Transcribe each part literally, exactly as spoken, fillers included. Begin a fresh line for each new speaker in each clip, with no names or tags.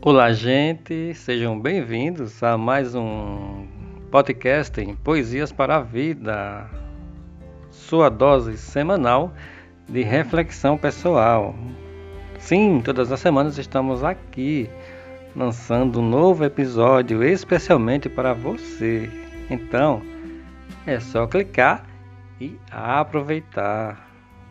Olá, gente, sejam bem-vindos a mais um podcast em Poesias para a Vida, sua dose semanal de reflexão pessoal. Sim, todas as semanas estamos aqui lançando um novo episódio especialmente para você. Então, é só clicar e aproveitar.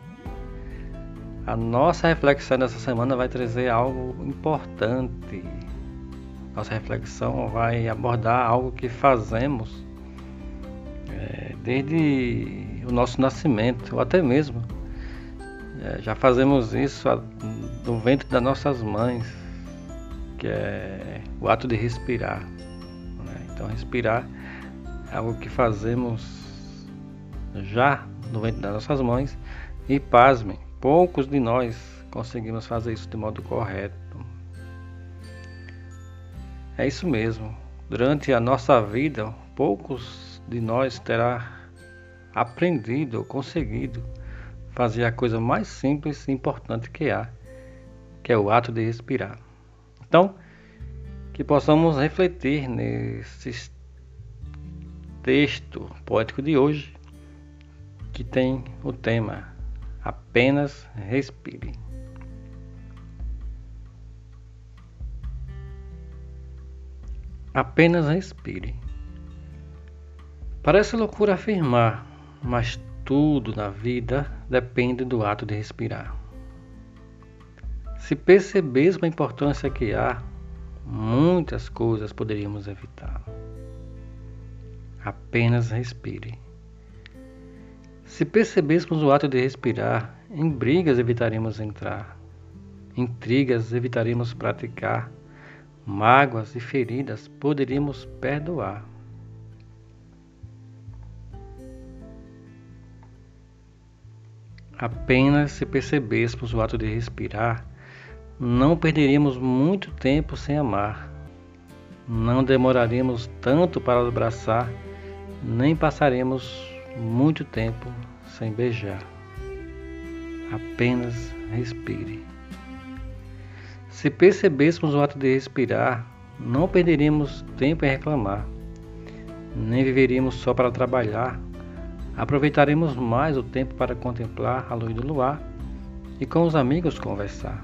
A nossa reflexão dessa semana vai trazer algo importante. Nossa reflexão vai abordar algo que fazemos é, desde o nosso nascimento, ou até mesmo é, já fazemos isso no ventre das nossas mães, que é o ato de respirar. Né? Então, respirar é algo que fazemos já no ventre das nossas mães e, pasmem, poucos de nós conseguimos fazer isso de modo correto. É isso mesmo. Durante a nossa vida, poucos de nós terá aprendido ou conseguido fazer a coisa mais simples e importante que há, que é o ato de respirar. Então, que possamos refletir nesse texto poético de hoje, que tem o tema Apenas respire. Apenas respire. Parece loucura afirmar, mas tudo na vida depende do ato de respirar. Se percebêssemos a importância que há, muitas coisas poderíamos evitar. Apenas respire. Se percebêssemos o ato de respirar, em brigas evitaremos entrar, intrigas evitaremos praticar, mágoas e feridas poderíamos perdoar. Apenas se percebêssemos o ato de respirar, não perderíamos muito tempo sem amar, não demoraríamos tanto para abraçar, nem passaremos muito tempo sem beijar. Apenas respire. Se percebêssemos o ato de respirar, não perderíamos tempo em reclamar, nem viveríamos só para trabalhar, aproveitaremos mais o tempo para contemplar a luz do luar e com os amigos conversar.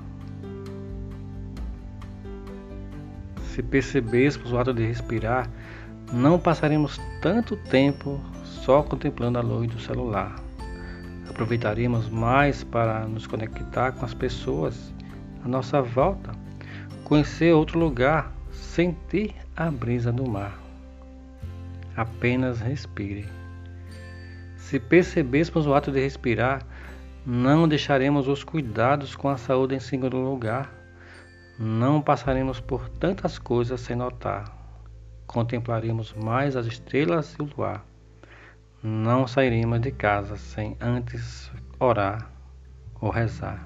Se percebêssemos o ato de respirar, não passaremos tanto tempo só contemplando a luz do celular. Aproveitaremos mais para nos conectar com as pessoas à nossa volta, conhecer outro lugar, sentir a brisa do mar. Apenas respire. Se percebêssemos o ato de respirar, não deixaremos os cuidados com a saúde em segundo lugar. Não passaremos por tantas coisas sem notar. Contemplaremos mais as estrelas e o luar. Não sairemos de casa sem antes orar ou rezar.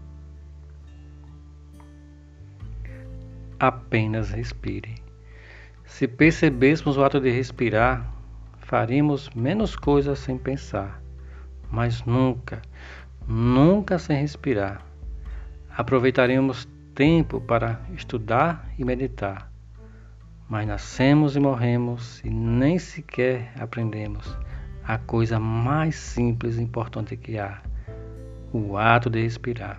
Apenas respire. Se percebêssemos o ato de respirar, faríamos menos coisas sem pensar, mas nunca, nunca sem respirar. Aproveitaremos tempo para estudar e meditar, mas nascemos e morremos e nem sequer aprendemos a coisa mais simples e importante que há, o ato de respirar.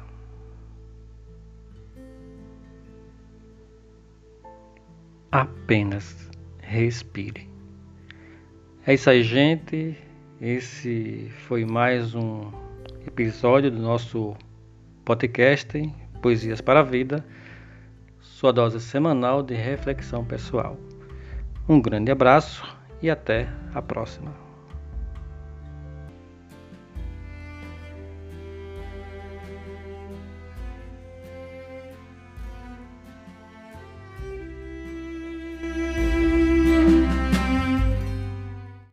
Apenas respire. É isso aí, gente. Esse foi mais um episódio do nosso podcast Poesias para a Vida, sua dose semanal de reflexão pessoal. Um grande abraço e até a próxima.